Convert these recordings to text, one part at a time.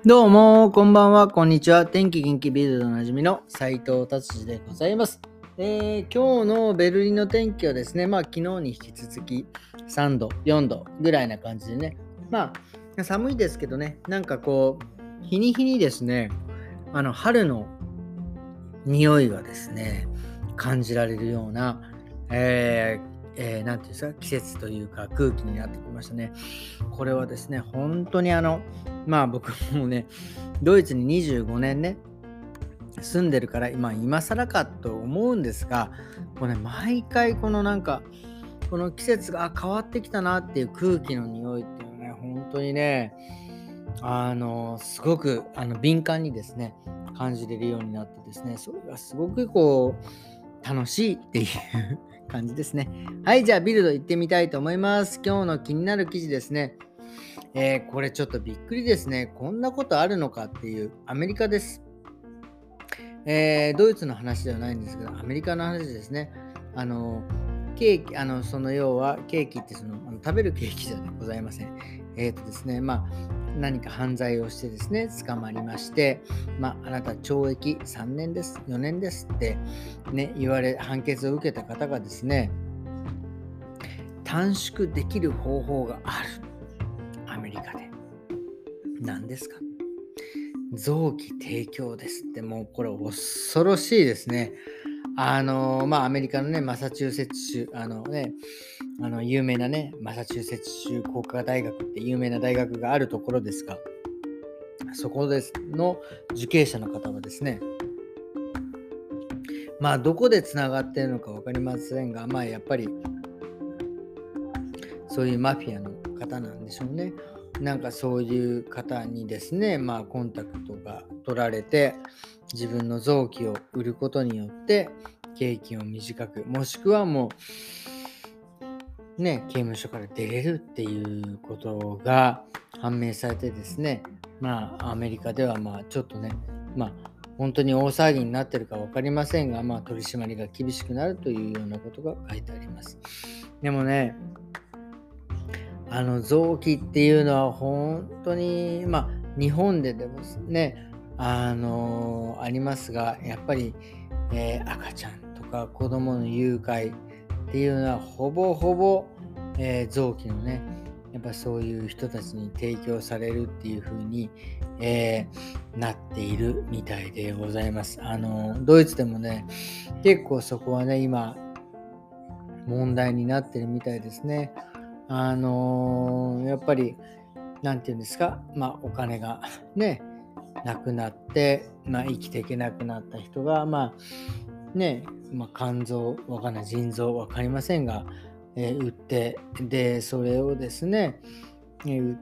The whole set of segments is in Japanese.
どうも、こんばんは、こんにちは。天気元気ビルドでおなじみの斉藤達治でございます。今日のベルリンの天気はですね、昨日に引き続き3度、4度ぐらいな感じでね、寒いですけどね、日に日にですね、春の匂いがですね、感じられるような、なんていうんですか、季節というか空気になってきましたね。これはですね、本当に僕もね、ドイツに25年ね、住んでるから、今更かと思うんですが、これね、毎回この季節が変わってきたなっていう空気の匂いっていうのはね、本当にね、すごく敏感にですね、感じれるようになってですね、それがすごく楽しいっていう感じですね。はい、じゃあビルド行ってみたいと思います。今日の気になる記事ですね。これちょっとびっくりですね。こんなことあるのかっていうアメリカです。ドイツの話ではないんですけど、アメリカの話ですね。あの、ケーキ、その要は、ケーキって食べるケーキじゃございません。ですね、何か犯罪をしてですね、捕まりまして、あなた懲役3年です、4年ですってね、判決を受けた方がですね、短縮できる方法がある。アメリカで。何ですか？臓器提供ですって、もうこれ恐ろしいですね。アメリカのね、マサチューセッツ州、有名なね、マサチューセッツ州工科大学って有名な大学があるところですが、そこですの受刑者の方はですね、どこでつながっているのか分かりませんが、やっぱりそういうマフィアの方なんでしょうね。そういう方にですね、コンタクトが取られて、自分の臓器を売ることによって、刑期を短く、もしくはもう、ね、刑務所から出れるっていうことが判明されてですね、アメリカではちょっとね、本当に大騒ぎになってるか分かりませんが、取り締まりが厳しくなるというようなことが書いてあります。でもね、臓器っていうのは本当に、日本でもね、ありますが、やっぱり、赤ちゃんとか子供の誘拐っていうのはほぼほぼ、臓器のね、やっぱそういう人たちに提供されるっていう風に、なっているみたいでございます。ドイツでもね、結構そこはね、今問題になってるみたいですね。やっぱり、なんていうんですか、お金がね、なくなって、生きていけなくなった人が、肝臓、わかんない、腎臓、わかりませんが、売って、で、それをですね、売って、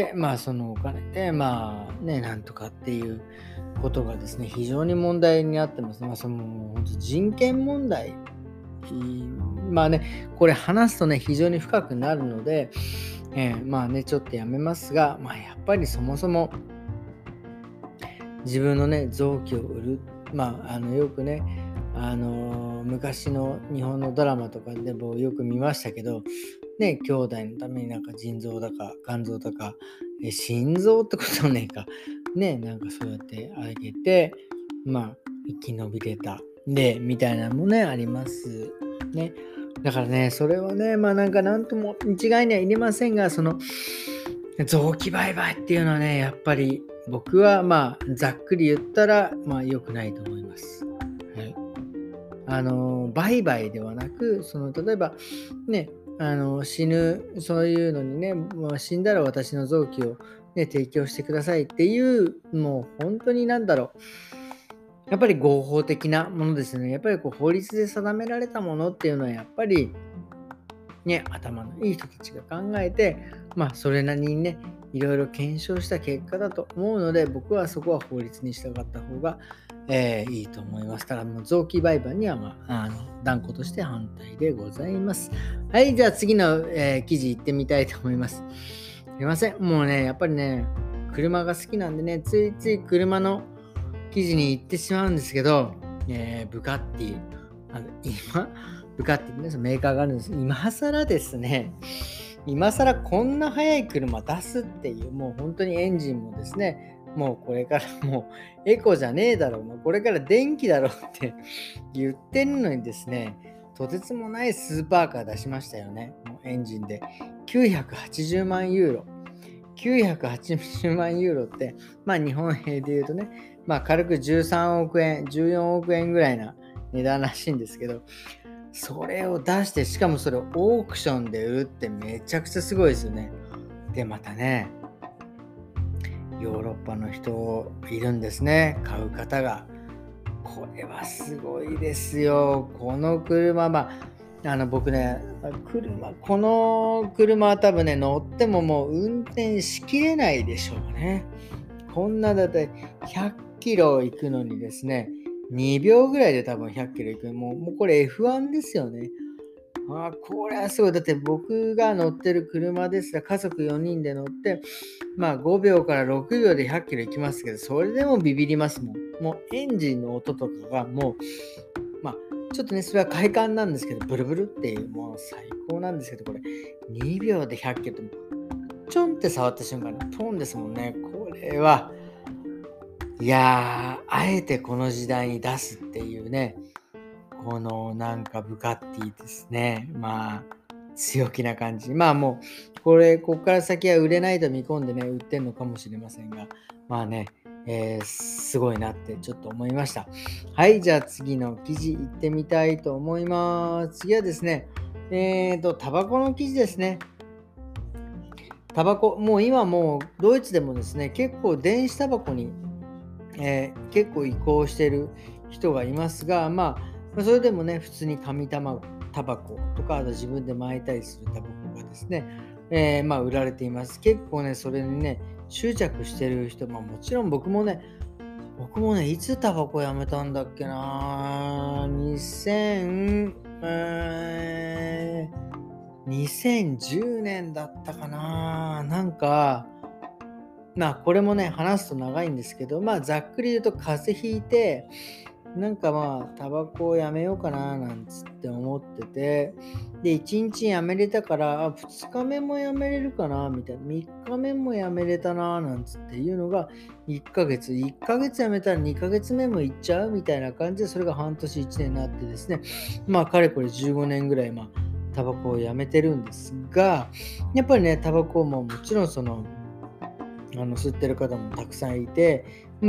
そのお金で、なんとかっていうことがですね、非常に問題になってます。本当人権問題これ話すとね、非常に深くなるので、ちょっとやめますが、やっぱりそもそも自分のね、臓器を売る、よくね、昔の日本のドラマとかでもよく見ましたけど、ね、兄弟のために腎臓だか肝臓だか、心臓ってことはねえか、ね、そうやってあげて、生き延びれた例みたいなのもね、ありますね。だからね、それはね、なんとも一概には入れませんが、その臓器売買っていうのはね、やっぱり僕はざっくり言ったら良くないと思います。はい。売買ではなく、例えばね、死ぬ、そういうのにね、死んだら私の臓器をね、提供してくださいっていう、もう本当にやっぱり合法的なものですよね。やっぱり法律で定められたものっていうのはやっぱりね、頭のいい人たちが考えて、それなりにね、いろいろ検証した結果だと思うので、僕はそこは法律に従った方が、いいと思います。ただ、もう臓器売買には、断固として反対でございます。はい、じゃあ次の、記事行ってみたいと思います。すいません。もうね、やっぱりね、車が好きなんでね、ついつい車の記事に行ってしまうんですけど、ブカッティ、ブカッティね、そのメーカーがあるんです。今更ですね、今更こんな速い車出すっていう、もう本当にエンジンもですね、 もうこれからもうエコじゃねえだろう、もうこれから電気だろうって言ってるのにですね、とてつもないスーパーカー出しましたよね。もうエンジンで。980万ユーロ。980万ユーロって、まあ日本円で言うとね、まあ軽く13億円、14億円ぐらいな値段らしいんですけど、それを出して、しかもそれをオークションで売るってめちゃくちゃすごいですよね。で、またね、ヨーロッパの人いるんですね、買う方が。これはすごいですよ。この車、僕ね、この車は多分ね、乗ってももう運転しきれないでしょうね。こんなだって100キロ行くのにですね、2秒ぐらいで多分100キロ行く。もうこれ F1 ですよね。これはすごい。だって僕が乗ってる車ですら家族4人で乗って、5秒から6秒で100キロ行きますけど、それでもビビりますもん。もうエンジンの音とかがもう、ちょっとね、それは快感なんですけど、ブルブルっていう、もう最高なんですけど、これ、2秒で100キロって、ちょんって触った瞬間に、トンですもんね。これは、いやー、あえてこの時代に出すっていうね、このなんかブカッティですね。強気な感じ。もう、こっから先は売れないと見込んでね、売ってんのかもしれませんが、すごいなってちょっと思いました。はい、じゃあ次の記事行ってみたいと思います。次はですね、タバコの記事ですね。タバコ、もう今もうドイツでもですね、結構電子タバコに、結構移行してる人がいますが、それでもね、普通に紙タバコとか、あと自分で巻いたりするタバコがですね、売られています。結構ね、それにね、執着してる人、もちろん僕もね、いつタバコやめたんだっけな2010年だったかな。これもね、話すと長いんですけど、ざっくり言うと風邪ひいて、タバコをやめようかななんつって思ってて、で、1日やめれたから、2日目もやめれるかなみたいな、3日目もやめれたななんつっていうのが1ヶ月やめたら2ヶ月目もいっちゃうみたいな感じで、それが半年1年になってですね、かれこれ15年ぐらい、タバコをやめてるんですが、やっぱりね、タバコももちろん吸ってる方もたくさんいて、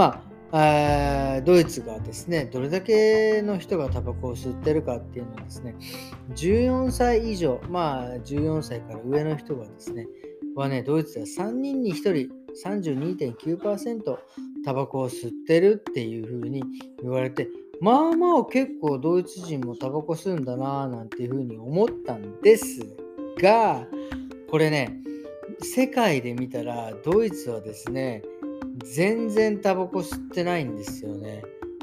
ドイツがですね、どれだけの人がタバコを吸ってるかっていうのはですね、14歳以上、14歳から上の人がですね、ドイツでは3人に1人、32.9% タバコを吸ってるっていう風に言われて、結構ドイツ人もタバコ吸うんだなぁなんていう風に思ったんですが、これね、世界で見たらドイツはですね、全然タバコ吸ってないんですよね。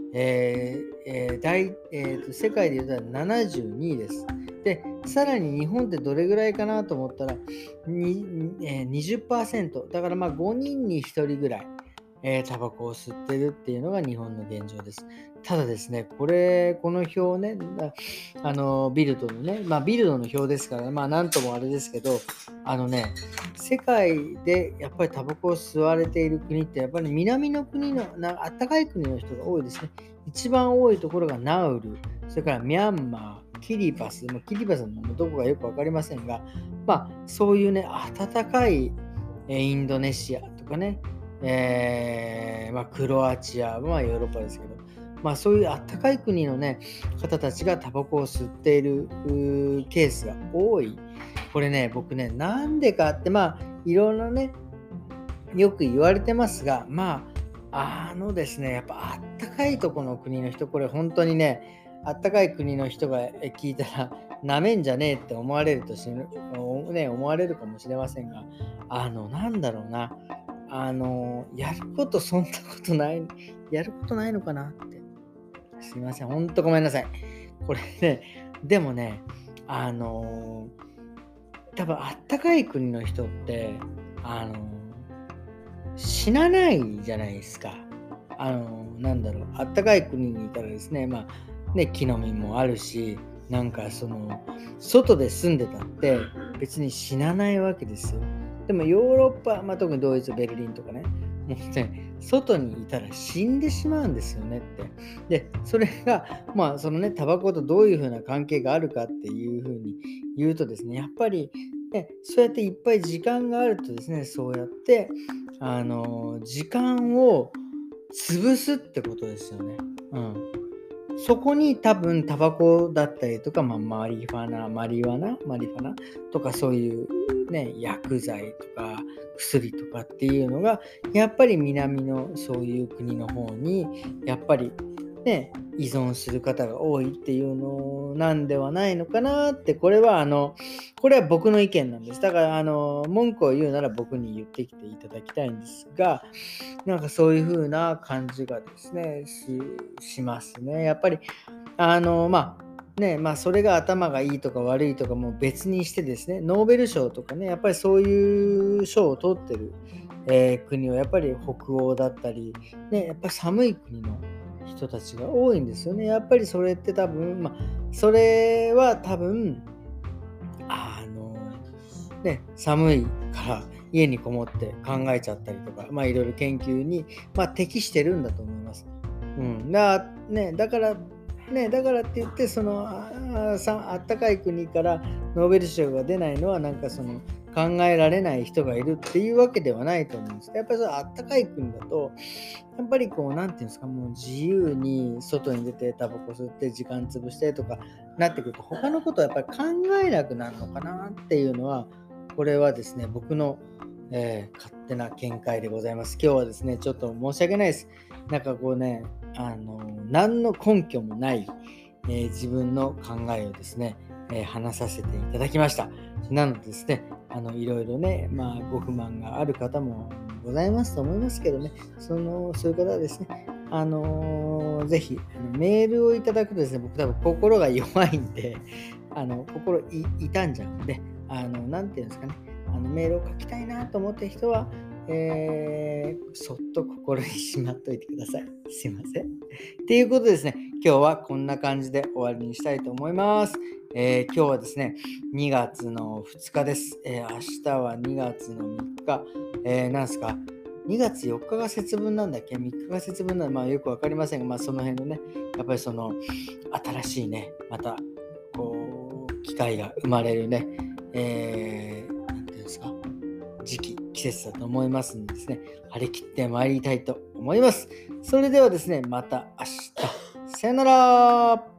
世界で言うと72位です。で、さらに日本ってどれぐらいかなと思ったら、20%、だから5人に1人ぐらい、タバコを吸ってるっていうのが日本の現状です。ただですね、この表ね、ビルドのね、ビルドの表ですから、なんともあれですけど、世界でやっぱりタバコを吸われている国って、やっぱり南の国の、あったかい国の人が多いですね。一番多いところがナウル、それからミャンマー、キリバスのどこかよく分かりませんが、そういうね、暖かいインドネシアとかね、クロアチアはヨーロッパですけど、そういうあったかい国のね、方たちがタバコを吸っているケースが多い。これね、僕ね、なんでかって、いろいろね、よく言われてますが、ですね、やっぱあったかいとこの国の人、これ本当にね、あったかい国の人が聞いたら、なめんじゃねえって思われるかもしれませんが、なんだろうな、やることそんなことない、やることないのかなって。すいません、ほんとごめんなさい。これね、でもね、多分あったかい国の人って、死なないじゃないですか。あったかい国にいたらですね、木の実もあるし、外で住んでたって別に死なないわけですよ。でもヨーロッパ、特にドイツ、ベルリンとかね、 もうね、外にいたら死んでしまうんですよねって。で、それが、そのね、タバコとどういう風な関係があるかっていう風に言うとですね、やっぱり、ね、そうやっていっぱい時間があるとですね、そうやって、時間を潰すってことですよね。うん。そこに多分タバコだったりとか、マリファナとかそういうね、薬剤とか薬とかっていうのが、やっぱり南のそういう国の方に、やっぱりね、依存する方が多いっていうのなんではないのかなって、これは僕の意見なんです。だから文句を言うなら僕に言ってきていただきたいんですが、なんかそういう風な感じがですね、しますね。やっぱり、それが頭がいいとか悪いとかも別にしてですね、ノーベル賞とかね、やっぱりそういう賞を取ってる、国はやっぱり北欧だったり、ね、やっぱり寒い国の人たちが多いんですよね。やっぱりそれって多分、それは多分、あの、寒いから家にこもって考えちゃったりとか、いろいろ研究に、適してるんだと思います。うん。だからって言って、あったかい国からノーベル賞が出ないのは、なんか考えられない人がいるっていうわけではないと思うんです。やっぱりあったかい国だと、やっぱりなんていうんですか、もう自由に外に出てタバコ吸って時間潰してとかなってくると、他のことはやっぱり考えなくなるのかなっていうのは、これはですね、僕の、勝手な見解でございます。今日はですね、ちょっと申し訳ないです。なんか何の根拠もない、自分の考えをですね、話させていただきました。なのでですね、いろいろね、ご不満がある方もございますと思いますけどね、そういう方はですね、ぜひメールをいただくとですね、僕多分心が弱いんで、心傷んじゃうんで、なんていうんですかね、メールを書きたいなと思った人は、そっと心にしまっといてください。すいません。っていうことでですね、今日はこんな感じで終わりにしたいと思います。今日はですね、2月の2日です。明日は2月の3日。なんすか、2月4日が節分なんだっけ ?3 日が節分なんだ、よくわかりませんが、その辺のね、やっぱり新しいね、また、機会が生まれるね、なんていうんですか、季節だと思いますのでですね、張り切ってまいりたいと思います。それではですね、また明日。さよなら。